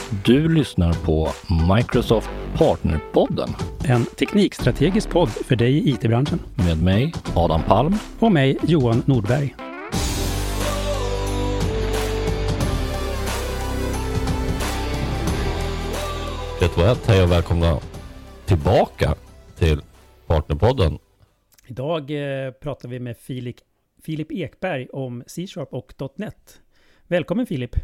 Du lyssnar på Microsoft Partnerpodden. En teknikstrategisk podd för dig i IT-branschen. Med mig, Adam Palm. Och mig, Johan Nordberg. Hej och välkomna tillbaka till Partnerpodden. Idag pratar vi med Filip Ekberg om C# och .NET. Välkommen Filip.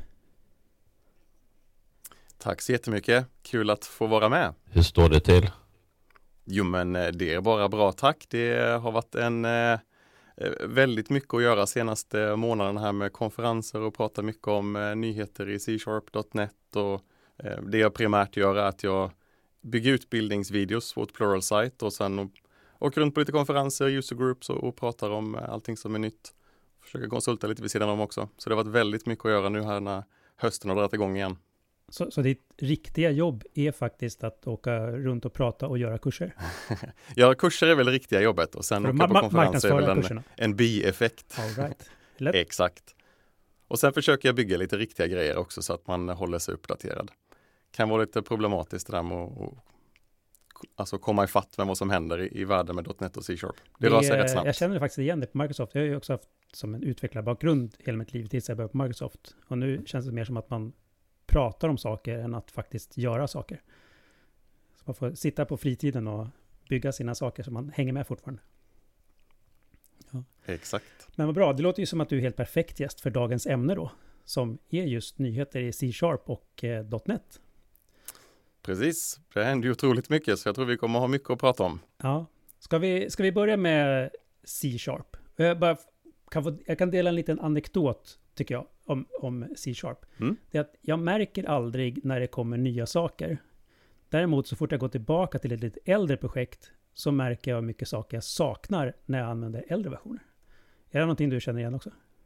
Tack så jättemycket. Kul att få vara med. Hur står det till? Jo men det är bara bra tack. Det har varit väldigt mycket att göra senaste månaden här med konferenser och prata mycket om nyheter i C#, .NET och det jag primärt gör är att jag bygger utbildningsvideos åt Pluralsight och sen åker runt på lite konferenser, user groups och pratar om allting som är nytt. Försöker konsulta lite vid sidan om också. Så det har varit väldigt mycket att göra nu här när hösten har dragit igång igen. Så ditt riktiga jobb är faktiskt att åka runt och prata och göra kurser? Ja, kurser är väl det riktiga jobbet och sen åka på konferenser är väl en bieffekt. All right. Exakt. Och sen försöker jag bygga lite riktiga grejer också så att man håller sig uppdaterad. Kan vara lite problematiskt det där med att komma i fatt med vad som händer i världen med .NET och C#. Det rör sig rätt snabbt. Jag känner faktiskt igen det på Microsoft. Jag har ju också haft som en utvecklarbakgrund hela mitt liv tills jag började på Microsoft. Och nu känns det mer som att man pratar om saker än att faktiskt göra saker. Så man får sitta på fritiden och bygga sina saker så man hänger med fortfarande. Ja. Exakt. Men vad bra, det låter ju som att du är helt perfekt gäst för dagens ämne då. Som är just nyheter i C# och .NET. Precis, det händer ju otroligt mycket så jag tror vi kommer ha mycket att prata om. Ja, ska vi börja med C#? Jag kan dela en liten anekdot tycker jag om C#. Det är att jag märker aldrig när det kommer nya saker. Däremot så fort jag går tillbaka till ett lite äldre projekt så märker jag hur mycket saker jag saknar när jag använder äldre versioner. Är det någonting du känner igen också?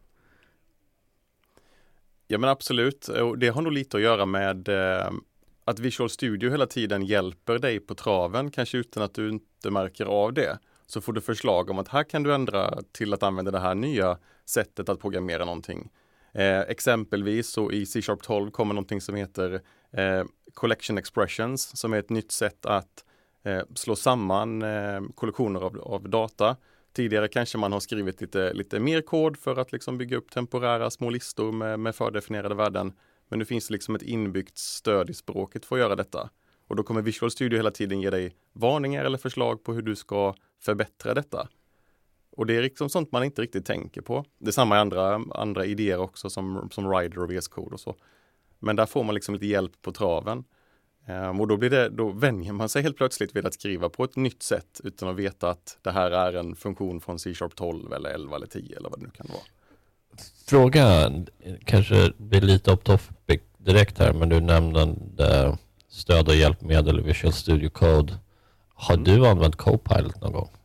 Ja men absolut, och det har nog lite att göra med att Visual Studio hela tiden hjälper dig på traven, kanske utan att du inte märker av det. Så får du förslag om att här kan du ändra till att använda det här nya sättet att programmera någonting. Exempelvis så i C# 12 kommer någonting som heter Collection Expressions som är ett nytt sätt att slå samman kollektioner av data. Tidigare kanske man har skrivit lite mer kod för att liksom bygga upp temporära små listor med fördefinierade värden. Men nu finns det liksom ett inbyggt stöd i språket för att göra detta. Och då kommer Visual Studio hela tiden ge dig varningar eller förslag på hur du ska förbättra detta. Och det är liksom sånt man inte riktigt tänker på. Det är samma i andra idéer också som Rider och VS Code och så. Men där får man liksom lite hjälp på traven. Och då vänjer man sig helt plötsligt vid att skriva på ett nytt sätt utan att veta att det här är en funktion från C# 12 eller 11 eller 10 eller vad det nu kan vara. Frågan kanske blir lite off topic direkt här, men du nämnde stöd och hjälpmedel i Visual Studio Code. Har du använt Copilot någon gång?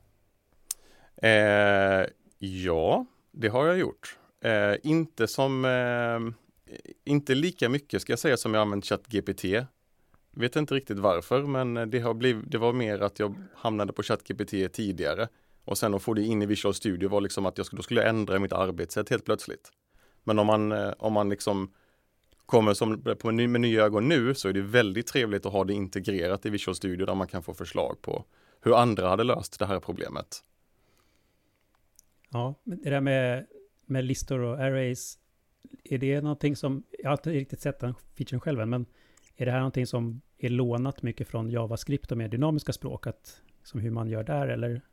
Ja, det har jag gjort. Inte lika mycket ska jag säga som jag använt ChatGPT. Vet inte riktigt varför, men det var mer att jag hamnade på ChatGPT tidigare. Och sen att få det in i Visual Studio var liksom att då skulle jag ändra mitt arbetssätt helt plötsligt. Men om man liksom kommer med nya ögon nu så är det väldigt trevligt att ha det integrerat i Visual Studio där man kan få förslag på hur andra hade löst det här problemet. Ja, det där med listor och arrays, är det någonting som, jag har inte riktigt sett den featuren själv än, men är det här någonting som är lånat mycket från JavaScript och mer dynamiska språk, som hur man gör där eller?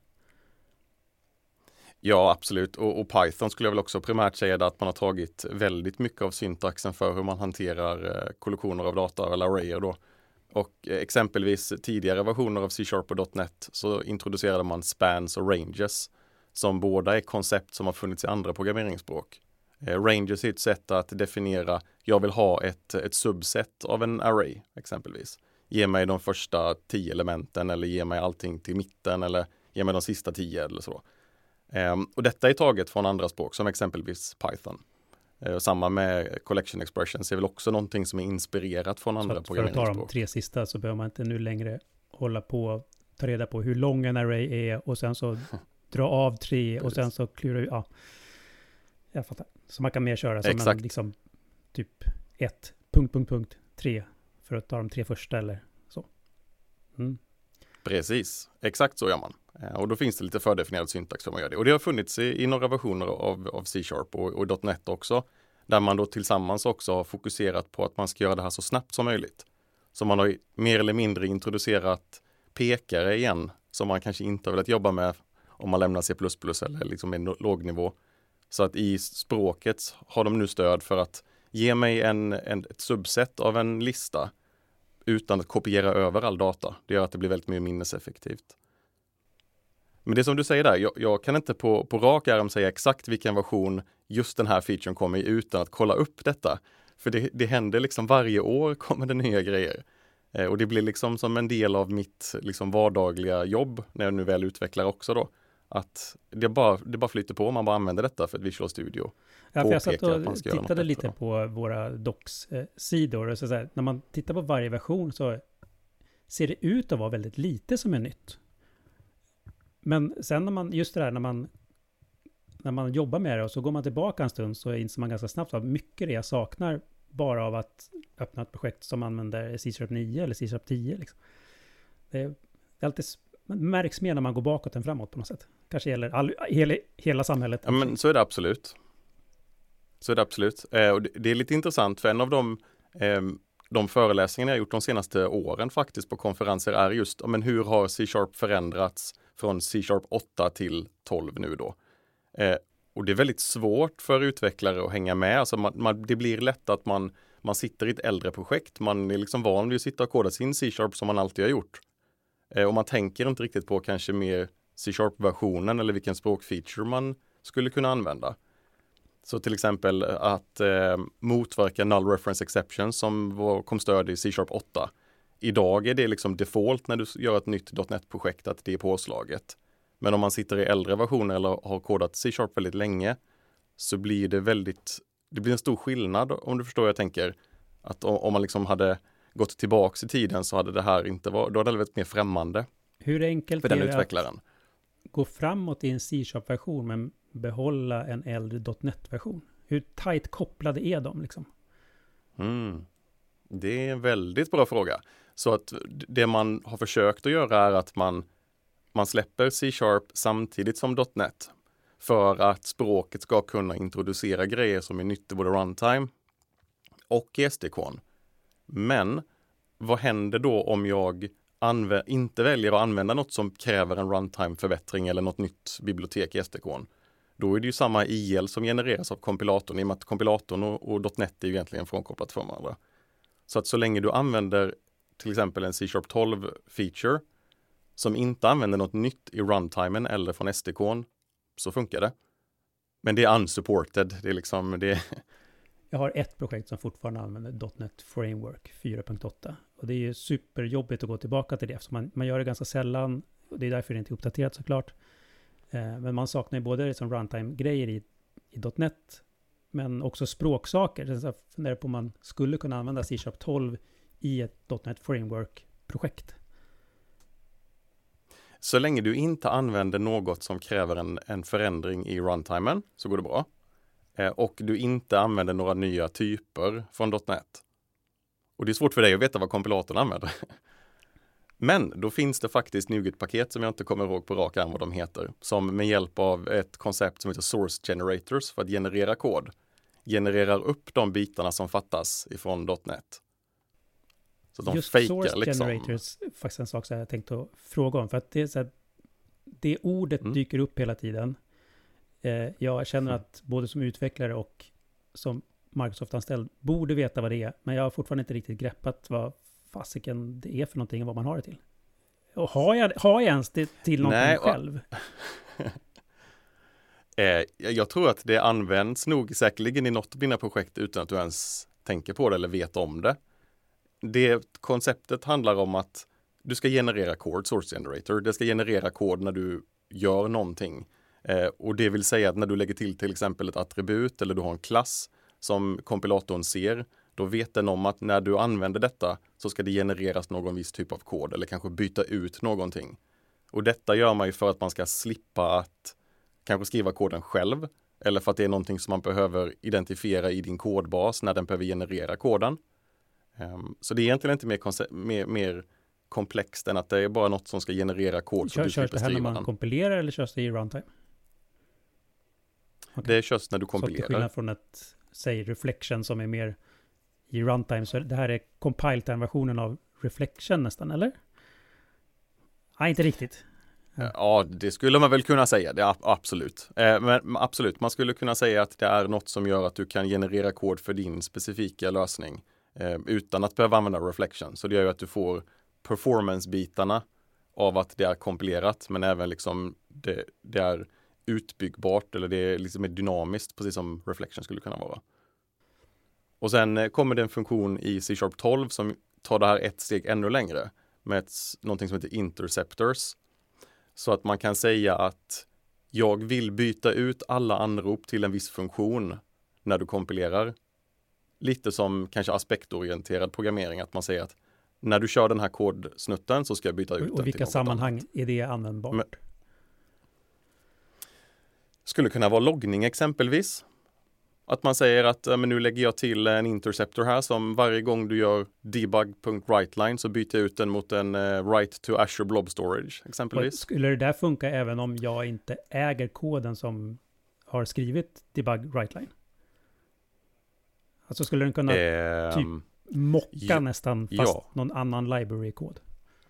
Ja, absolut. Och Python skulle jag väl också primärt säga att man har tagit väldigt mycket av syntaxen för hur man hanterar kollektioner av data eller arrayer då. Och exempelvis tidigare versioner av C# och .NET så introducerade man spans och ranges som båda är koncept som har funnits i andra programmeringsspråk. Ranges är ett sätt att definiera, jag vill ha ett subset av en array exempelvis. Ge mig de första 10 elementen eller ge mig allting till mitten eller ge mig de sista 10 eller så. Och detta är taget från andra språk som exempelvis Python. Samma med Collection Expressions är väl också någonting som är inspirerat från andra programmeringsspråk. För att ta de 3 sista så behöver man inte nu längre hålla på och ta reda på hur lång en array är och sen så dra av 3 och sen så klura ut. Ja, jag fattar. Så man kan mer köra som en liksom typ 1, ... 3 för att ta de 3 första eller så. Precis, exakt så gör man. Och då finns det lite fördefinierad syntax för man gör det. Och det har funnits i några versioner av C-sharp och .NET också. Där man då tillsammans också har fokuserat på att man ska göra det här så snabbt som möjligt. Så man har mer eller mindre introducerat pekare igen som man kanske inte har velat jobba med om man lämnar C++ eller liksom en låg nivå. Så att i språket har de nu stöd för att ge mig ett subset av en lista utan att kopiera över all data. Det gör att det blir väldigt mer minneseffektivt. Men det som du säger där, jag kan inte på rak arm säga exakt vilken version just den här featuren kommer i utan att kolla upp detta. För det händer liksom varje år kommer det nya grejer. Och det blir liksom som en del av mitt liksom vardagliga jobb när jag nu väl utvecklar också då. Att det bara flyter på, man bara använder detta för ett Visual Studio. Ja, för jag satt och tittade lite på våra docs-sidor. Så här, när man tittar på varje version så ser det ut att vara väldigt lite som är nytt. Men sen när man jobbar med det och så går man tillbaka en stund så inser man ganska snabbt att mycket det jag saknar bara av att öppna ett projekt som använder C-sharp 9 eller C-sharp 10. Liksom. Det är alltid märks mer när man går bakåt än framåt på något sätt. Kanske gäller hela samhället. Ja, men så är det absolut. Och det är lite intressant för en av de föreläsningar jag gjort de senaste åren faktiskt på konferenser är just men hur har C-sharp förändrats från C-sharp 8 till 12 nu då. Och det är väldigt svårt för utvecklare att hänga med. Alltså det blir lätt att man sitter i ett äldre projekt. Man är liksom van vid att sitta och koda sin C-sharp som man alltid har gjort. Och man tänker inte riktigt på kanske mer C-sharp-versionen eller vilken språkfeature man skulle kunna använda. Så till exempel att motverka null reference exceptions som kom stöd i C-sharp 8. Idag är det liksom default när du gör ett nytt .NET-projekt att det är påslaget. Men om man sitter i äldre versioner eller har kodat C-sharp väldigt länge så blir det blir en stor skillnad om du förstår vad jag tänker. Att om man liksom hade gått tillbaks i tiden så hade det här inte varit, då hade det varit mer främmande. Hur enkelt för den är det utvecklaren att gå framåt i en C-sharp-version men behålla en äldre .NET-version? Hur tajt kopplade är de liksom? Det är en väldigt bra fråga. Så att det man har försökt att göra är att man släpper C-sharp samtidigt som .NET för att språket ska kunna introducera grejer som är nyttigt både runtime och i SDK:n. Men vad händer då om jag inte väljer att använda något som kräver en runtime-förbättring eller något nytt bibliotek i SDK:n? Då är det ju samma IL som genereras av kompilatorn i och med att kompilatorn och .NET är ju egentligen frånkopplat från varandra. Så att så länge du använder till exempel en C-sharp 12-feature som inte använder något nytt i runtimen eller från SDK:n så funkar det. Men det är unsupported. Det är liksom det. Jag har ett projekt som fortfarande använder .NET Framework 4.8 och det är ju superjobbigt att gå tillbaka till det. Så man gör det ganska sällan och det är därför det inte är uppdaterat såklart. Men man saknar ju både liksom runtime-grejer i .NET men också språksaker. Så jag funderar på om man skulle kunna använda C-sharp 12 i ett .NET Framework-projekt. Så länge du inte använder något som kräver en förändring i runtimen så går det bra. Och du inte använder några nya typer från .NET. Och det är svårt för dig att veta vad kompilatorn använder. Men då finns det faktiskt NuGet-paket som jag inte kommer ihåg på rak arm vad de heter. Som med hjälp av ett koncept som heter Source Generators för att generera kod. Genererar upp de bitarna som fattas ifrån .NET. Så de just fejkar Source liksom. Generators är faktiskt en sak som jag tänkt att fråga om. För att det är så här, det ordet dyker upp hela tiden. Jag känner att både som utvecklare och som Microsoft-anställd borde veta vad det är. Men jag har fortfarande inte riktigt greppat vad fasiken det är för någonting och vad man har det till. Och har jag ens det till någonting själv? Jag tror att det används nog säkerligen i något av dina projekt utan att du ens tänker på det eller vet om det. Det konceptet handlar om att du ska generera kod, Source Generator. Det ska generera kod när du gör någonting. Och det vill säga att när du lägger till exempel ett attribut eller du har en klass som kompilatorn ser, då vet den om att när du använder detta så ska det genereras någon viss typ av kod eller kanske byta ut någonting. Och detta gör man ju för att man ska slippa att kanske skriva koden själv eller för att det är någonting som man behöver identifiera i din kodbas när den behöver generera koden. Så det är egentligen inte mer komplext än att det är bara något som ska generera kod så du slipper skriva den. Körs det här när man kompilerar eller körs det i runtime? Okay. Det körs när du kompilerar. Så till skillnad från ett, säg, reflection som är mer i runtime, så det här är compile-time-versionen av reflection nästan, eller? Nej, inte riktigt. Ja, det skulle man väl kunna säga, det är absolut. Men absolut, man skulle kunna säga att det är något som gör att du kan generera kod för din specifika lösning utan att behöva använda reflection. Så det gör ju att du får performance-bitarna av att det är kompilerat, men även liksom det är utbyggbart eller det är liksom är dynamiskt, precis som reflection skulle kunna vara. Och sen kommer det en funktion i C# 12 som tar det här ett steg ännu längre med någonting som heter interceptors. Så att man kan säga att jag vill byta ut alla anrop till en viss funktion när du kompilerar. Lite som kanske aspektorienterad programmering, att man säger att när du kör den här kodsnutten så ska jag byta ut den till något annat. Och vilka sammanhang är det användbart? Skulle kunna vara loggning exempelvis. Att man säger att men nu lägger jag till en interceptor här som varje gång du gör debug.writeline så byter jag ut den mot en write to Azure Blob Storage exempelvis. Skulle det där funka även om jag inte äger koden som har skrivit debug writeline? Alltså skulle den kunna typ mocka nästan fast någon annan library-kod?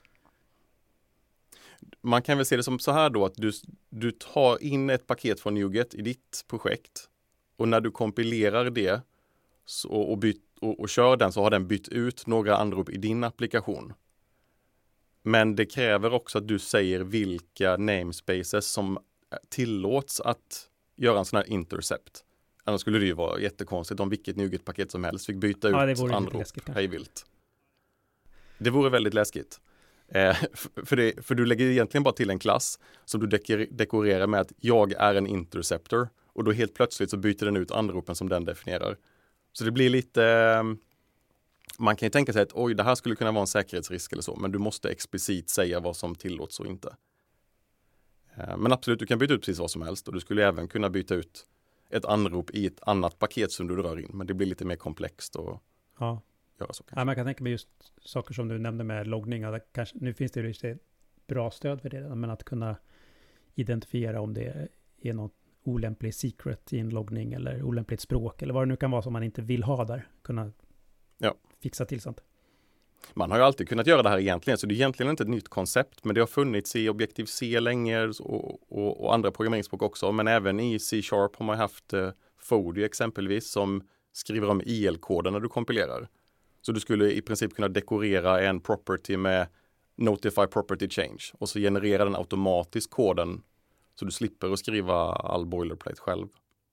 Man kan väl se det som så här då att du tar in ett paket från NuGet i ditt projekt. Och när du kompilerar det och kör den så har den bytt ut några anrop i din applikation. Men det kräver också att du säger vilka namespaces som tillåts att göra en sån här intercept. Annars skulle det ju vara jättekonstigt om vilket NuGet-paket som helst fick byta ut anrop hejvilt. Det vore väldigt läskigt. För du lägger egentligen bara till en klass som du dekorerar med att jag är en interceptor. Och då helt plötsligt så byter den ut anropen som den definierar. Så det blir lite... Man kan ju tänka sig att oj, det här skulle kunna vara en säkerhetsrisk eller så. Men du måste explicit säga vad som tillåts och inte. Men absolut, du kan byta ut precis vad som helst. Och du skulle även kunna byta ut ett anrop i ett annat paket som du drar in. Men det blir lite mer komplext att göra så. Ja, man kan tänka mig just saker som du nämnde med loggning. Nu finns det ju ett bra stöd för det. Men att kunna identifiera om det är något olämplig secret i en loggning eller olämpligt språk eller vad det nu kan vara som man inte vill ha där. Kunna fixa till sånt. Man har ju alltid kunnat göra det här egentligen, så det är egentligen inte ett nytt koncept, men det har funnits i Objective-C länge och andra programmeringsspråk också, men även i C# har man haft Foddy exempelvis som skriver om IL-koden när du kompilerar. Så du skulle i princip kunna dekorera en property med Notify Property Change och så genererar den automatiskt koden så du slipper att skriva all boilerplate själv.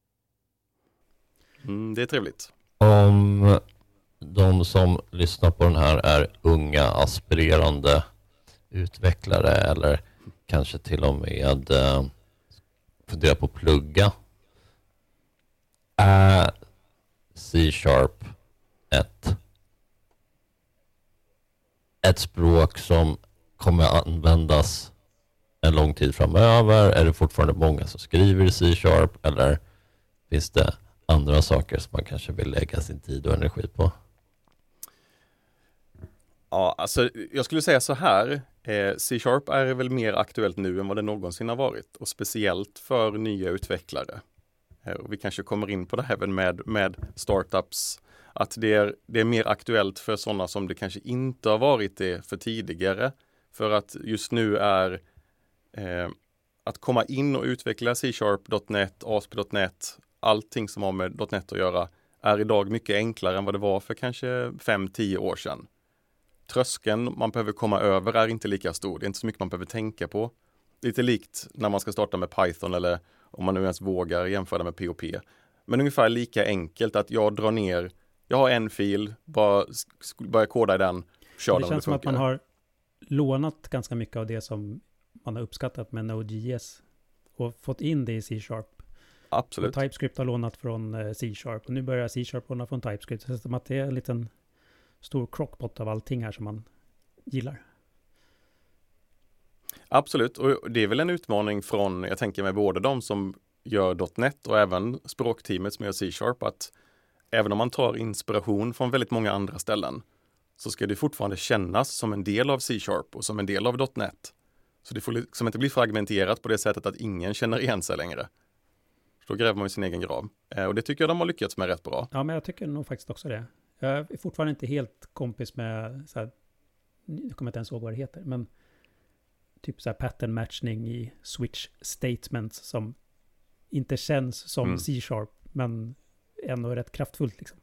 Det är trevligt. Om de som lyssnar på den här är unga, aspirerande utvecklare eller kanske till och med funderar på att plugga. Är C# ett språk som kommer att användas en lång tid framöver? Är det fortfarande många som skriver i C# eller finns det andra saker som man kanske vill lägga sin tid och energi på? Ja, alltså jag skulle säga så här. C# är väl mer aktuellt nu än vad det någonsin har varit. Och speciellt för nya utvecklare. Och vi kanske kommer in på det även med startups. Att det är mer aktuellt för sådana som det kanske inte har varit det för tidigare. För att just nu är att komma in och utveckla C#, .NET, ASP.NET, allting som har med .NET att göra är idag mycket enklare än vad det var för kanske 5-10 år sedan. Tröskeln man behöver komma över är inte lika stor. Det är inte så mycket man behöver tänka på. Lite likt när man ska starta med Python eller om man nu ens vågar jämföra med POP. Men ungefär lika enkelt att jag drar ner, jag har en fil, börjar koda i den, kör den. Det känns som att man har lånat ganska mycket av det som man har uppskattat med Node.js och fått in det i C#. Absolut. Och TypeScript har lånat från C# och nu börjar C# låna från TypeScript. Så det är som att det är en liten stor crockpot av allting här som man gillar. Absolut, och det är väl en utmaning från, jag tänker med både de som gör .NET och även språkteamet som gör C#, att även om man tar inspiration från väldigt många andra ställen så ska det fortfarande kännas som en del av C-sharp och som en del av .NET. Så det får liksom inte bli fragmenterat på det sättet att ingen känner igen sig längre. Så då gräver man ju sin egen grav. Och det tycker jag de har lyckats med rätt bra. Ja, men jag tycker nog faktiskt också det. Jag är fortfarande inte helt kompis med, så här, jag kommer inte ens ihåg vad det heter, men typ så här pattern matchning i switch statements som inte känns som C-sharp, men ändå är rätt kraftfullt liksom.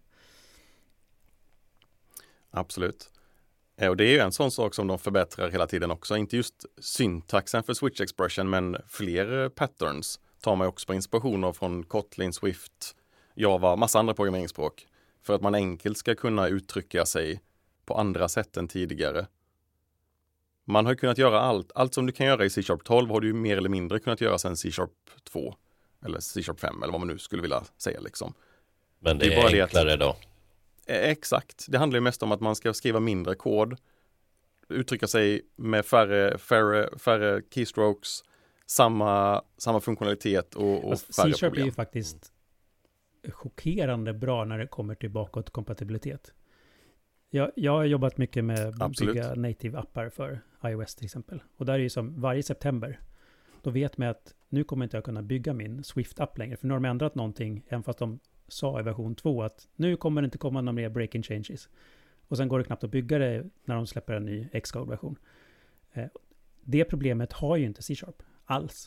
Absolut. Och det är ju en sån sak som de förbättrar hela tiden också. Inte just syntaxen för switch expression, men fler patterns tar man också på inspirationer från Kotlin, Swift, Java, massa andra programmeringsspråk. För att man enkelt ska kunna uttrycka sig på andra sätt än tidigare. Man har kunnat göra allt som du kan göra i C-sharp 12 har du ju mer eller mindre kunnat göra sedan C-sharp 2 eller C-sharp 5 eller vad man nu skulle vilja säga liksom. Men det är enklare då. Exakt. Det handlar ju mest om att man ska skriva mindre kod, uttrycka sig med färre keystrokes, samma funktionalitet och färre C-sharp problem. är ju faktiskt chockerande bra när det kommer till bakåtkompatibilitet. Jag har jobbat mycket med att bygga native appar för iOS till exempel. Och där är ju som varje september, då vet man att nu kommer inte jag kunna bygga min Swift-app längre. För nu har de ändrat någonting, även fast de sa i version 2 att nu kommer det inte komma några mer breaking changes. Och sen går det knappt att bygga det när de släpper en ny Xcode-version. Det problemet har ju inte C-sharp alls.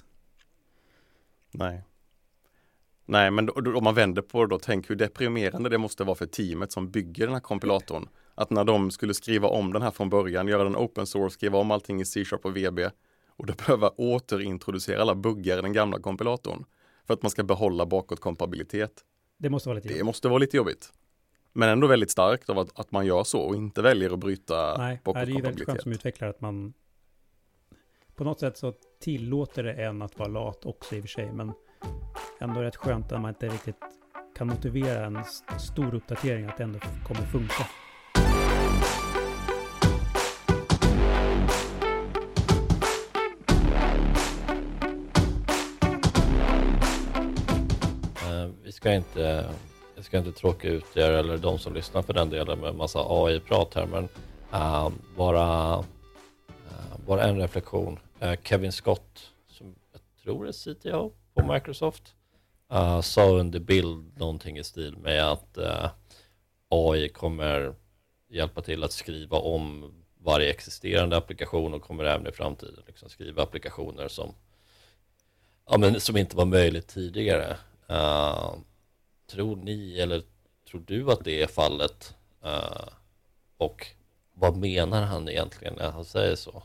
Nej, men om man vänder på det då, tänk hur deprimerande det måste vara för teamet som bygger den här kompilatorn. Att när de skulle skriva om den här från början, göra den open source, skriva om allting i C-sharp och VB och då behöva återintroducera alla buggar i den gamla kompilatorn för att man ska behålla bakåtkompatibilitet. Det måste vara lite jobbigt. Det måste vara lite jobbigt. Men ändå väldigt starkt av att man gör så och inte väljer att bryta bakåtkompatibilitet. Nej, det är ju väldigt skönt som utvecklare att man på något sätt så tillåter det en att vara lat också i och för sig, men ändå rätt skönt att man inte riktigt kan motivera en stor uppdatering att det ändå kommer funka. Jag ska inte tråka ut er eller de som lyssnar för den delen med massa AI-prat här, men bara en reflektion. Kevin Scott, som jag tror är CTO på Microsoft, sa under bild någonting i stil med att AI kommer hjälpa till att skriva om varje existerande applikation och kommer även i framtiden liksom skriva applikationer som inte var möjligt tidigare. Tror ni eller tror du att det är fallet? Och vad menar han egentligen när han säger så?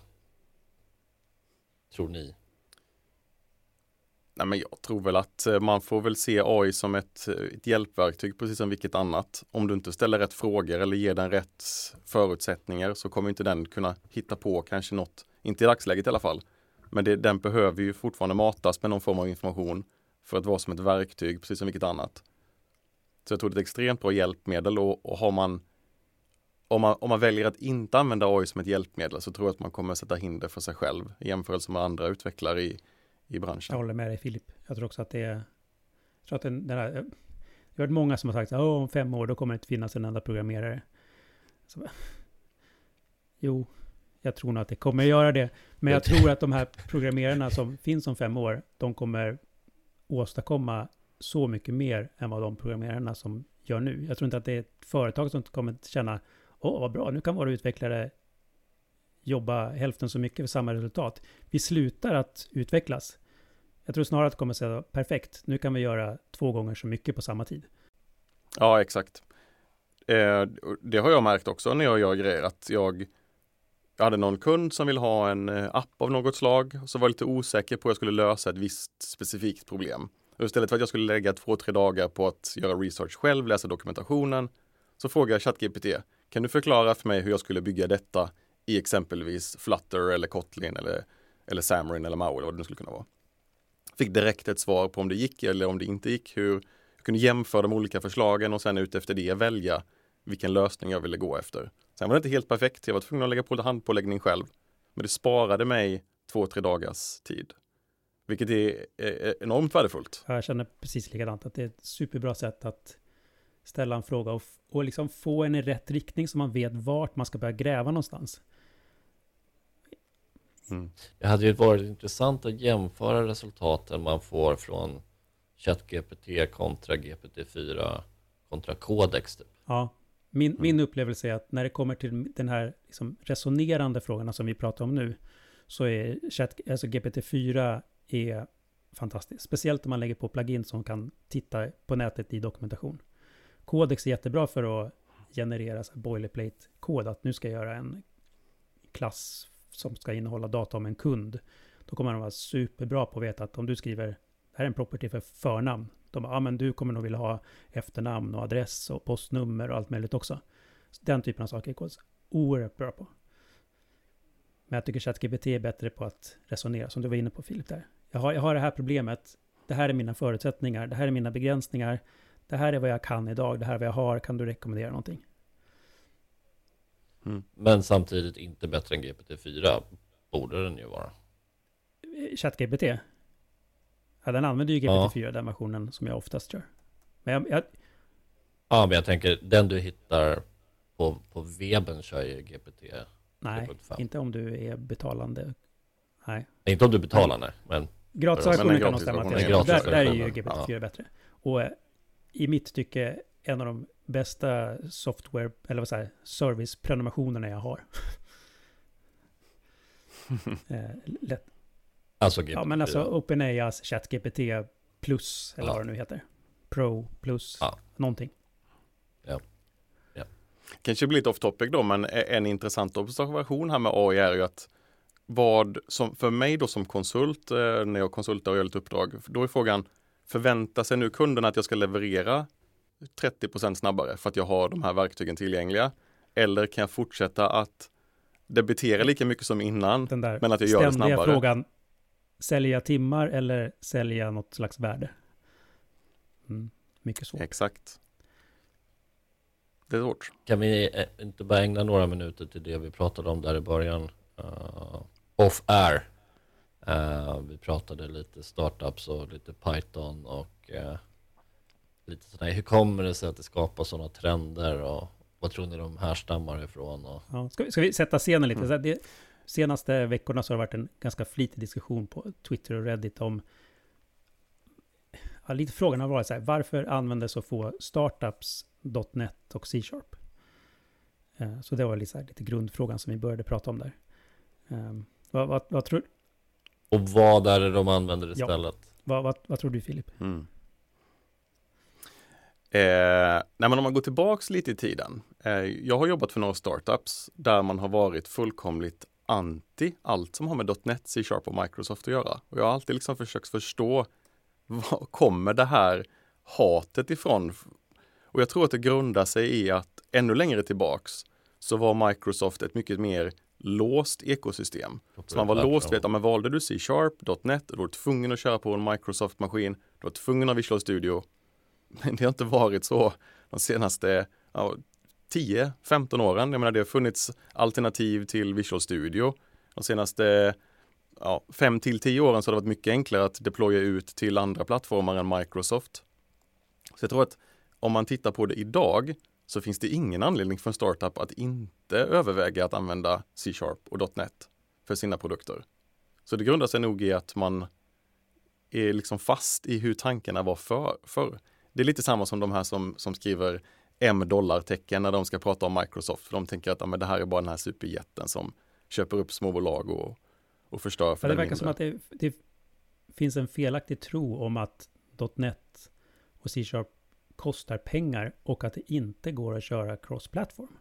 Tror ni? Nej, men jag tror väl att man får väl se AI som ett hjälpverktyg precis som vilket annat. Om du inte ställer rätt frågor eller ger den rätt förutsättningar så kommer inte den kunna hitta på kanske något, inte i dagsläget i alla fall. Men den behöver ju fortfarande matas med någon form av information för att vara som ett verktyg precis som vilket annat. Så jag tror det är ett extremt bra hjälpmedel och har man om man väljer att inte använda AI som ett hjälpmedel så tror jag att man kommer sätta hinder för sig själv i jämförelse med andra utvecklare i branschen. Jag håller med dig, Filip. Jag tror också att det är... Jag tror att den här... Jag har hört många som har sagt att om 5 år då kommer det inte finnas en enda programmerare. Så, jo, jag tror nog att det kommer göra det. Men jag tror att de här programmerarna som finns om 5 år, de kommer åstadkomma så mycket mer än vad de programmerarna som gör nu. Jag tror inte att det är ett företag som kommer känna vad bra, nu kan våra utvecklare jobba hälften så mycket för samma resultat. Vi slutar att utvecklas. Jag tror snarare att det kommer att säga perfekt, nu kan vi göra 2 gånger så mycket på samma tid. Ja, exakt. Det har jag märkt också när jag gör grejer, att jag hade någon kund som ville ha en app av något slag och så var jag lite osäker på att jag skulle lösa ett visst specifikt problem. Och istället för att jag skulle lägga 2-3 dagar på att göra research själv, läsa dokumentationen, så frågade jag ChatGPT, kan du förklara för mig hur jag skulle bygga detta i exempelvis Flutter eller Kotlin eller Xamarin eller Maui eller vad det nu skulle kunna vara. Fick direkt ett svar på om det gick eller om det inte gick, hur jag kunde jämföra de olika förslagen och sen ut efter det välja vilken lösning jag ville gå efter. Sen var det inte helt perfekt, jag var tvungen att lägga på handpåläggning själv, men det sparade mig 2-3 dagars tid. Vilket är enormt värdefullt. Jag känner precis likadant, att det är ett superbra sätt att ställa en fråga och liksom få en i rätt riktning så man vet vart man ska börja gräva någonstans. Det hade ju varit intressant att jämföra resultaten man får från ChatGPT kontra GPT-4 kontra Codex typ. Ja, min upplevelse är att när det kommer till den här liksom resonerande frågorna som vi pratar om nu, så är GPT-4 är fantastiskt. Speciellt om man lägger på plugin som kan titta på nätet i dokumentation. Codex är jättebra för att generera så här boilerplate-kod. Att nu ska jag göra en klass som ska innehålla data om en kund. Då kommer de vara superbra på att veta att om du skriver, det här är en property för förnamn. De bara, men du kommer nog vilja ha efternamn och adress och postnummer och allt möjligt också. Så den typen av saker är Codex oerhört bra på. Men jag tycker ChatGPT är bättre på att resonera, som du var inne på Filip där. Jag har det här problemet, det här är mina förutsättningar, det här är mina begränsningar, det här är vad jag kan idag, det här är vad jag har, kan du rekommendera någonting? Men samtidigt inte bättre än GPT-4 borde den ju vara. ChatGPT? Ja, den använder ju GPT-4, den versionen som jag oftast kör. Men men jag tänker, den du hittar på webben kör ju GPT. Nej, inte om du är betalande. Nej. Inte om du betalar, nej. Men gratisversionen kan nog stämma till. Där är ju GPT-4 ja. bättre. Och i mitt tycke en av de bästa software, eller vad säger serviceprenumerationerna jag har. Lätt. Alltså GPT. Ja, men alltså OpenAIs ChatGPT Plus, eller vad det nu heter. Pro Plus, någonting. Ja. Kanske blir lite off topic då, men en intressant observation här med AI är ju att för mig då som konsult, när jag konsultar och gör lite uppdrag, då är frågan, förväntar sig nu kunden att jag ska leverera 30% snabbare för att jag har de här verktygen tillgängliga? Eller kan jag fortsätta att debitera lika mycket som innan, men att jag gör det snabbare? Den där ständiga frågan, sälja timmar eller sälja något slags värde? Mycket svårt. Exakt. Det är svårt. Kan vi inte bara ägna några minuter till det vi pratade om där i början? Off-air. Vi pratade lite startups och lite Python och lite sådär. Hur kommer det sig att det skapas sådana trender och vad tror ni de härstammar ifrån? Och... Ja, ska vi sätta scenen lite? De senaste veckorna så har det varit en ganska flitig diskussion på Twitter och Reddit om lite frågan har varit så här, varför använder så få startups .NET och C#? Så det var lite grundfrågan som vi började prata om där. Vad tror du? Och vad är det de använder istället? Vad tror du, Filip? Nej, men om man går tillbaks lite i tiden. Jag har jobbat för några startups där man har varit fullkomligt anti allt som har med .NET, C# och Microsoft att göra. Och jag har alltid liksom försökt förstå var kommer det här hatet ifrån? Och jag tror att det grundar sig i att ännu längre tillbaks så var Microsoft ett mycket mer låst ekosystem. Så man var låst vid att valde du C#, .NET, då var du tvungen att köra på en Microsoft-maskin, du var tvungen att ha Visual Studio. Men det har inte varit så de senaste 10-15 åren. Jag menar, det har funnits alternativ till Visual Studio. De senaste 5-10 åren så har det varit mycket enklare att deploya ut till andra plattformar än Microsoft. Så jag tror att om man tittar på det idag så finns det ingen anledning för en startup att inte överväga att använda C# och .NET för sina produkter. Så det grundar sig nog i att man är liksom fast i hur tankarna var förr. Det är lite samma som de här som skriver $tecken när de ska prata om Microsoft. För de tänker att men det här är bara den här superjätten som köper upp småbolag och förstör för det den verkar som att det finns en felaktig tro om att .NET och C# kostar pengar och att det inte går att köra cross-platform.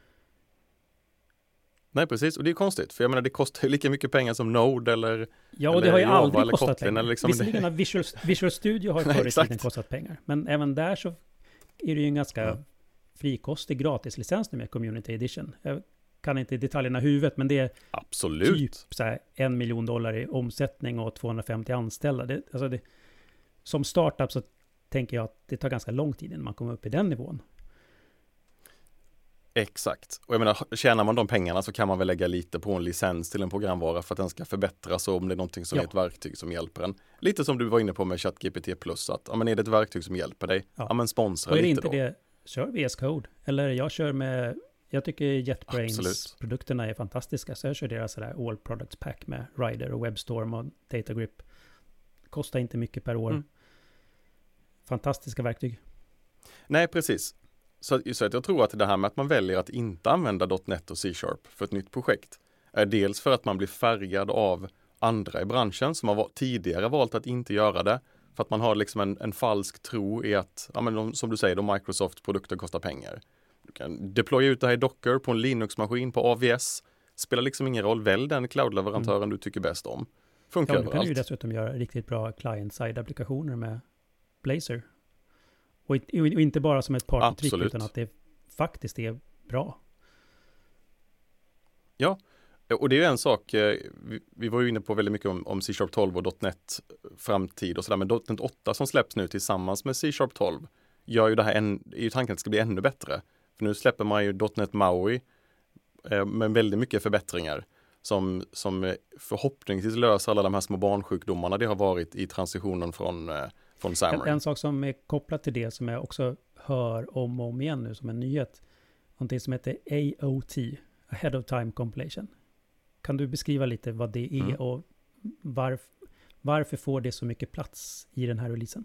Nej, precis. Och det är konstigt. För jag menar, det kostar ju lika mycket pengar som Node eller ja, och det har ju Java, aldrig kostat Kotlin, pengar. liksom Visserligen har Visual Studio har förr i tiden kostat pengar. Men även där så är det ju en ganska frikostig gratislicens nu med Community Edition. Jag kan inte detaljerna i huvudet, men det är absolut typ så här $1 miljon i omsättning och 250 anställda. Som startup så tänker jag att det tar ganska lång tid innan man kommer upp i den nivån. Exakt. Och jag menar, tjänar man de pengarna så kan man väl lägga lite på en licens till en programvara för att den ska förbättras, och om det är någonting som är ett verktyg som hjälper en. Lite som du var inne på med ChatGPT Plus, att men är det ett verktyg som hjälper dig? Ja, men sponsra lite då. kör VS Code. Eller jag kör med, jag tycker JetBrains-produkterna är fantastiska. Så jag kör deras sådär All Products Pack med Rider och WebStorm och DataGrip. Kostar inte mycket per år. Fantastiska verktyg. Nej, precis. Så att jag tror att det här med att man väljer att inte använda .NET och C# för ett nytt projekt är dels för att man blir färgad av andra i branschen som har tidigare valt att inte göra det. För att man har liksom en falsk tro i att, ja, men som du säger, Microsofts produkter kostar pengar. Du kan deploya ut det här i Docker på en Linux-maskin på AVS. Spelar liksom ingen roll, välj den cloud-leverantören du tycker bäst om. Funkar överallt. Du kan ju överallt. dessutom göra riktigt bra client-side-applikationer med Blazor. Och inte bara som ett partytrick utan att det faktiskt är bra. Ja, och det är ju en sak, vi var ju inne på väldigt mycket om C# 12 och .NET framtid och sådär, men .NET 8 som släpps nu tillsammans med C# 12 gör ju det här, är ju tanken att det ska bli ännu bättre. För nu släpper man ju .NET MAUI med väldigt mycket förbättringar som förhoppningsvis löser alla de här små barnsjukdomarna det har varit i transitionen från Xamarin. En sak som är kopplad till det som jag också hör om och om igen nu som en nyhet, någonting som heter AOT, Ahead of Time Compilation. Kan du beskriva lite vad det är och varför får det så mycket plats i den här releasen?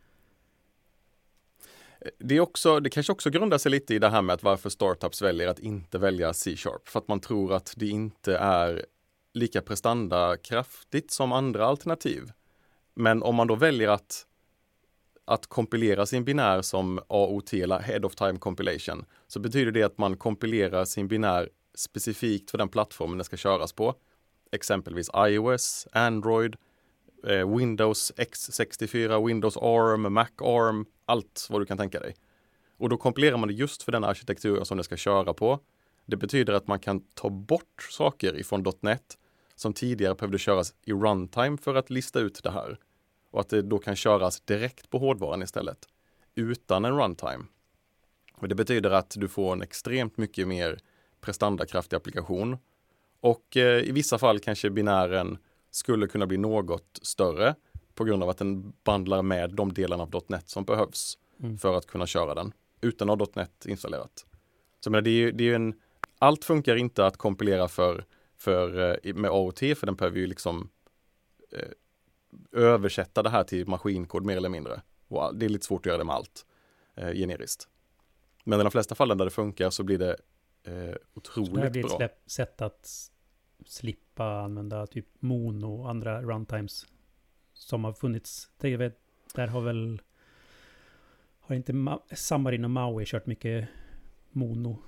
Det kanske också grundar sig lite i det här med att varför startups väljer att inte välja C#. För att man tror att det inte är lika prestandakraftigt som andra alternativ. Men om man då väljer att kompilera sin binär som AOT eller Ahead of Time Compilation så betyder det att man kompilerar sin binär specifikt för den plattformen den ska köras på. Exempelvis iOS, Android, Windows X64, Windows ARM, Mac ARM, allt vad du kan tänka dig. Och då kompilerar man det just för den arkitekturen som det ska köra på. Det betyder att man kan ta bort saker ifrån .NET som tidigare behövde köras i runtime för att lista ut det här. Och att det då kan köras direkt på hårdvaran istället, utan en runtime. Och det betyder att du får en extremt mycket mer prestandakraftig applikation. Och i vissa fall kanske binären skulle kunna bli något större på grund av att den bandlar med de delarna av .NET som behövs för att kunna köra den utan att ha .NET installerat. Så men det är ju allt funkar inte att kompilera med AOT, för den behöver ju liksom översätta det här till maskinkod mer eller mindre. Och det är lite svårt att göra det med allt generiskt. Men i de flesta fallen där det funkar så blir det otroligt bra. Så det blir ett sätt att slippa använda typ Mono och andra runtimes som har funnits. Där har inte Xamarin och Maui kört mycket Mono?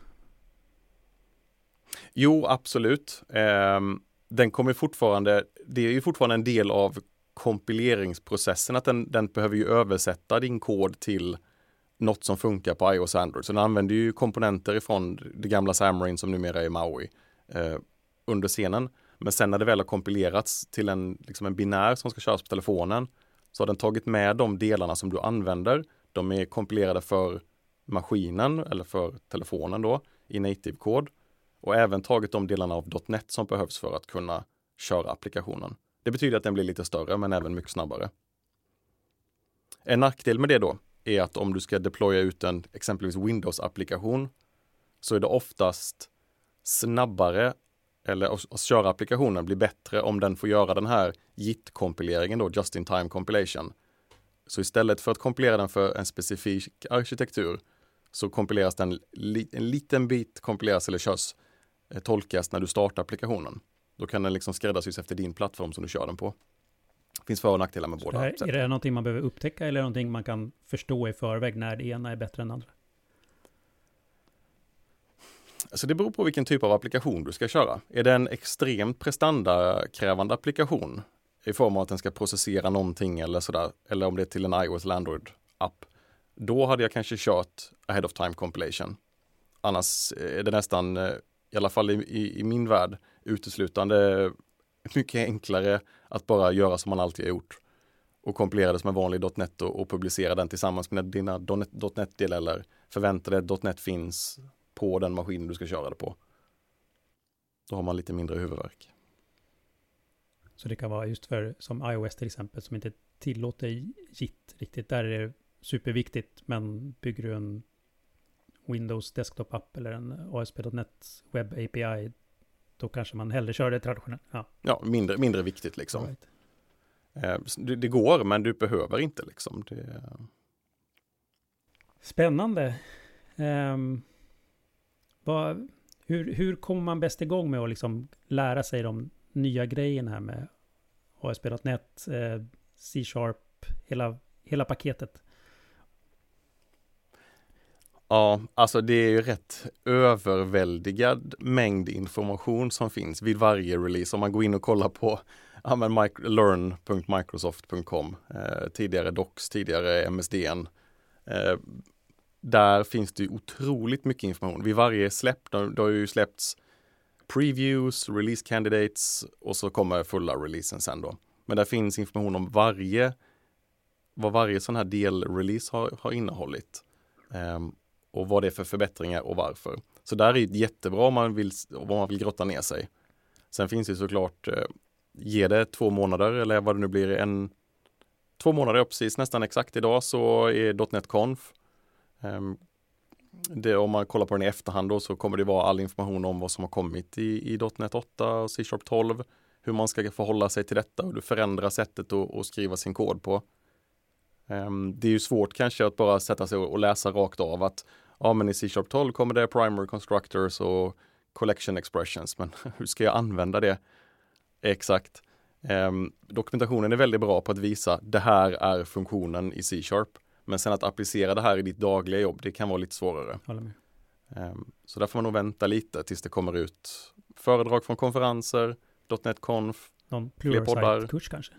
Jo, absolut. Den kommer fortfarande, det är ju fortfarande en del av kompileringsprocessen att den behöver ju översätta din kod till något som funkar på iOS och Android. Så den använder ju komponenter ifrån det gamla Xamarin som numera är Maui under scenen. Men sen när det väl har kompilerats till en binär som ska köras på telefonen så har den tagit med de delarna som du använder. De är kompilerade för maskinen eller för telefonen då i native-kod och även tagit de delarna av .NET som behövs för att kunna köra applikationen. Det betyder att den blir lite större men även mycket snabbare. En nackdel med det då är att om du ska deploya ut en exempelvis Windows-applikation så är det oftast snabbare eller att köra applikationen blir bättre om den får göra den här JIT-kompileringen då, Just-in-Time Compilation. Så istället för att kompilera den för en specifik arkitektur så kompileras den en liten bit kompileras eller tolkas när du startar applikationen. Då kan den liksom skräddarsys efter din plattform som du kör den på. Det finns för- och nackdelar med båda. Är det någonting man behöver upptäcka eller någonting man kan förstå i förväg när det ena är bättre än det andra? Alltså det beror på vilken typ av applikation du ska köra. Är det en extremt prestandakrävande applikation i form av att den ska processera någonting eller sådär, eller om det är till en iOS eller Android-app, då hade jag kanske kört Ahead of Time Compilation. Annars är det nästan, i alla fall i min värld, uteslutande mycket enklare att bara göra som man alltid har gjort och kompilera det som en vanlig .NET och publicera den tillsammans med dina .NET-delar eller förvänta dig att .NET finns på den maskinen du ska köra det på. Då har man lite mindre huvudvärk. Så det kan vara just för som iOS till exempel som inte tillåter JIT riktigt. Där är det superviktigt, men bygger du en Windows Desktop-app eller en ASP.NET Web API, då kanske man hellre kör det traditionellt. Ja, mindre viktigt liksom. Right. Det går, men du behöver inte liksom. Spännande. Hur kommer man bäst igång med att liksom lära sig de nya grejerna här med ASP.NET, C#, hela paketet? Ja, alltså det är ju rätt överväldigad mängd information som finns vid varje release. Om man går in och kollar på learn.microsoft.com, tidigare Docs, tidigare MSDN. Där finns det ju otroligt mycket information. Vid varje släpp, det har ju släppts previews, release candidates och så kommer fulla releasen sen då. Men där finns information om vad varje sån här delrelease har innehållit. Och vad det är för förbättringar och varför. Så där är det jättebra om man vill grotta ner sig. Sen finns det såklart, ge det 2 månader eller vad det nu blir, 2 månader precis nästan exakt idag så är .NET Conf. Om man kollar på den i efterhand då, så kommer det vara all information om vad som har kommit i .NET 8 och C# 12. Hur man ska förhålla sig till detta och förändra sättet att skriva sin kod på. Det är ju svårt kanske att bara sätta sig och läsa rakt av att men i C# 12 kommer det primary constructors och collection expressions, men hur ska jag använda det? Exakt. Dokumentationen är väldigt bra på att visa det här är funktionen i C#, men sen att applicera det här i ditt dagliga jobb, det kan vara lite svårare. Håller med. Så där får man nog vänta lite tills det kommer ut föredrag från konferenser, .NET Conf, någon Pluralsight-kurs kanske?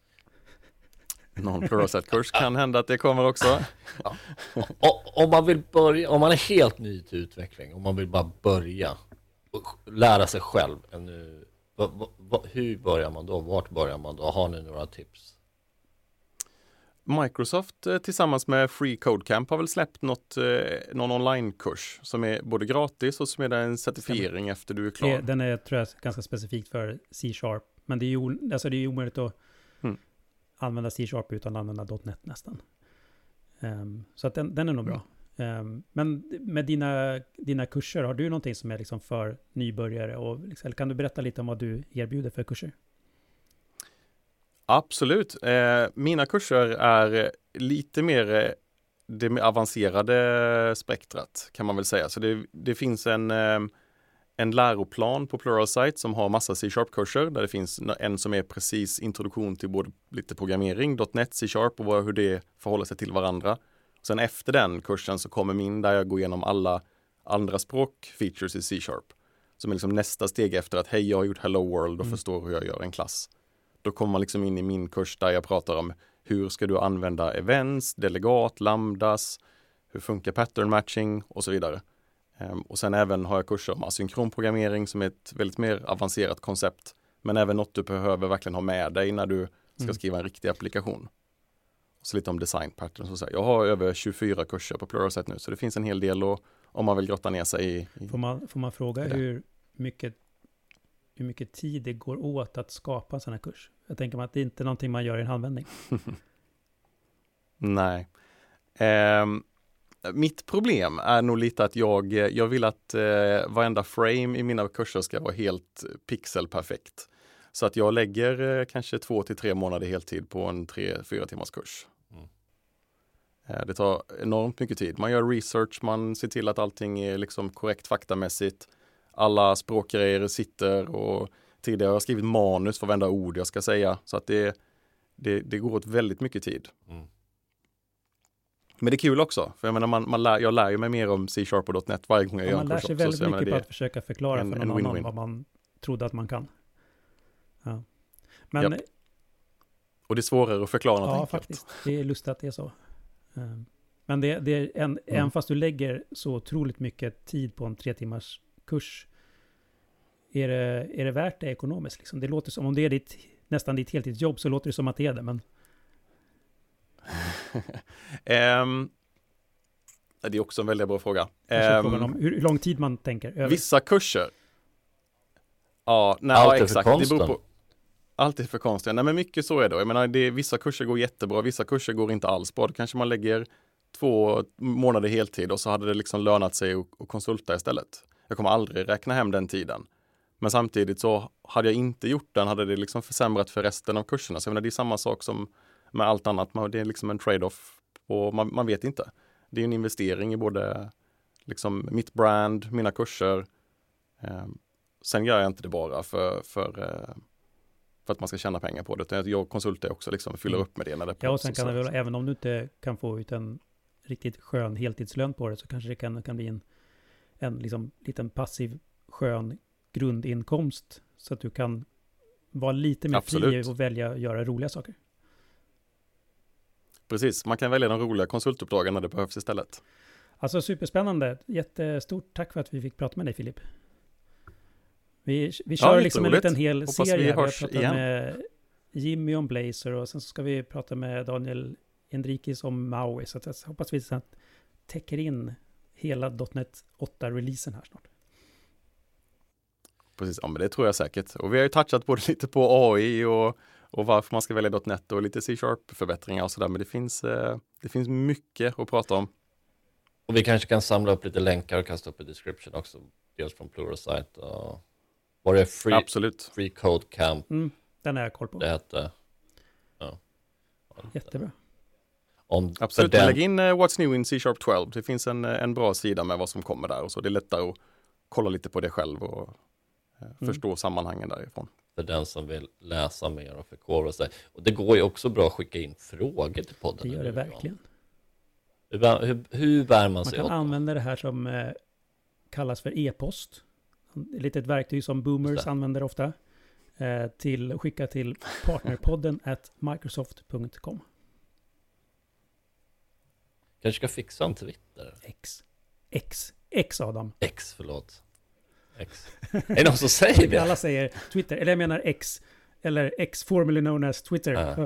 Någon Pluralsight-kurs kan hända att det kommer också. Ja. Om man vill börja, om man är helt ny till utveckling, om man vill bara börja och lära sig själv, hur börjar man då? Vart börjar man då? Har ni några tips? Microsoft tillsammans med Free Code Camp har väl släppt någon online-kurs som är både gratis och som är en certifiering efter du är klar. Den är, tror jag, ganska specifikt för C#, men det är ju omöjligt att använda C# utan att använda .NET nästan. Så att den är nog bra. Men med dina kurser, har du någonting som är liksom för nybörjare? Eller kan du berätta lite om vad du erbjuder för kurser? Absolut. Mina kurser är lite mer det avancerade spektrat kan man väl säga. Så det finns en läroplan på Pluralsight som har massa C#-kurser där det finns en som är precis introduktion till både lite programmering, .NET, C# och hur det förhåller sig till varandra. Sen efter den kursen så kommer min där jag går igenom alla andra språk-features i C#. Som är liksom nästa steg efter att hej, jag har gjort Hello World och förstår hur jag gör en klass. Då kommer man liksom in i min kurs där jag pratar om hur ska du använda events, delegat, lambdas, hur funkar pattern matching och så vidare. Och sen även har jag kurser om asynkron programmering som är ett väldigt mer avancerat koncept. Men även något du behöver verkligen ha med dig när du ska skriva en riktig applikation. Och så lite om design patterns och så. Jag har över 24 kurser på Pluralsight nu så det finns en hel del om man vill grotta ner sig i Får man fråga hur mycket tid det går åt att skapa en sån här kurs? Jag tänker mig att det inte är någonting man gör i en handvändning. Nej. Mitt problem är nog lite att jag vill att varenda frame i mina kurser ska vara helt pixelperfekt. Så att jag lägger kanske 2 till 3 månader heltid på en 3-4 timmars kurs. Det tar enormt mycket tid. Man gör research, man ser till att allting är liksom korrekt faktamässigt. Alla språkgrejer sitter och tidigare har jag skrivit manus för varenda ord jag ska säga. Så att det går åt väldigt mycket tid. Men det är kul också, för jag menar jag lär ju mig mer om C# och .NET varje gång jag gör en kurs. Man lär sig väldigt mycket på att försöka förklara för någon annan vad man trodde att man kan. Ja. Men, och det är svårare att förklara något enkelt. Ja, faktiskt. Det är lustigt att det är så. Men det är även fast du lägger så otroligt mycket tid på en 3 timmars kurs, är det värt det ekonomiskt? Liksom? Det låter som, om det är nästan ditt heltidsjobb så låter det som att det är det, men... det är också en väldigt bra fråga. Frågan om hur lång tid man tänker över. Vissa kurser. Exakt. Det beror på. Alltid för konsten. Nej, men mycket så är det. Jag menar, vissa kurser går jättebra, vissa kurser går inte alls bra. Då kanske man lägger 2 månader heltid och så hade det liksom lönat sig att konsulta istället. Jag kommer aldrig räkna hem den tiden. Men samtidigt så hade jag inte gjort den, hade det liksom försämrat för resten av kurserna. Så jag menar, det är samma sak som med allt annat. Det är liksom en trade-off och man vet inte. Det är en investering i både liksom mitt brand, mina kurser. Sen gör jag inte det bara för att man ska tjäna pengar på det. Utan jag konsultar också, liksom, fyller upp med det när det ja, och sen kan det väl, även om du inte kan få ut en riktigt skön heltidslön på det, så kanske det kan bli en liksom liten passiv skön grundinkomst, så att du kan vara lite mer fri och välja att göra roliga saker. Precis, man kan välja de roliga konsultuppdragen när det behövs istället. Alltså superspännande. Jättestort tack för att vi fick prata med dig, Filip. Vi kör liksom en liten hel Hoppas serie. Vi har pratat igen. med Jimmy om Blazor och sen så ska vi prata med Daniel Enriquez om Maui. Så att jag hoppas vi sen täcker in hela .NET 8-releasen här snart. Precis, ja, men det tror jag säkert. Och vi har ju touchat både lite på AI och varför man ska välja .NET och lite C-sharp-förbättringar och sådär. Men det finns mycket att prata om. Och vi kanske kan samla upp lite länkar och kasta upp i description också. Dels från Pluralsight. Var det Free Code Camp? Den har jag koll på. Det hette. Ja. Jättebra. Absolut, lägg in What's New in C-sharp 12. Det finns en bra sida med vad som kommer där. Och så det är lättare att kolla lite på det själv och förstå sammanhangen därifrån. För den som vill läsa mer och förkovra sig. Och det går ju också bra att skicka in frågor till podden. Det gör det verkligen. Hur bär man sig åt? Man kan använda det här som kallas för e-post. Ett litet verktyg som boomers använder ofta. Skicka till partnerpodden@microsoft.com. Kanske ska fixa en Twitter. X Adam. Förlåt. X. Är det någon som säger det? Alla säger Twitter. Eller jag menar X. Eller X formerly known as Twitter.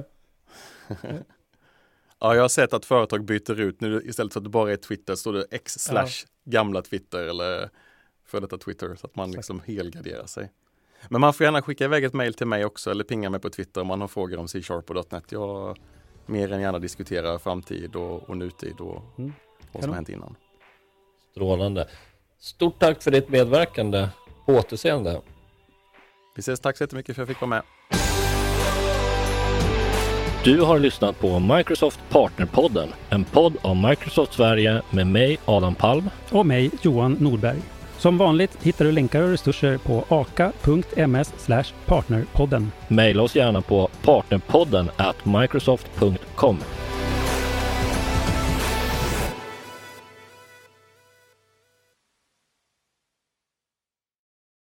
Ja, jag har sett att företag byter ut nu istället för att det bara är Twitter, står det X/gamla Twitter eller för detta Twitter, så att man liksom helgarderar sig. Men man får gärna skicka iväg ett mejl till mig också eller pinga mig på Twitter om man har frågor om C-sharp och .NET. Jag mer än gärna diskuterar framtid och nutid och vad som har hänt innan. Strålande. Stort tack för ditt medverkande. På återseende. Vi ses, tack så jättemycket för att jag fick vara med. Du har lyssnat på Microsoft Partnerpodden, en podd om Microsoft Sverige med mig Adam Palm och mig Johan Nordberg. Som vanligt hittar du länkar och resurser på aka.ms/partnerpodden. Maila oss gärna på partnerpodden@microsoft.com.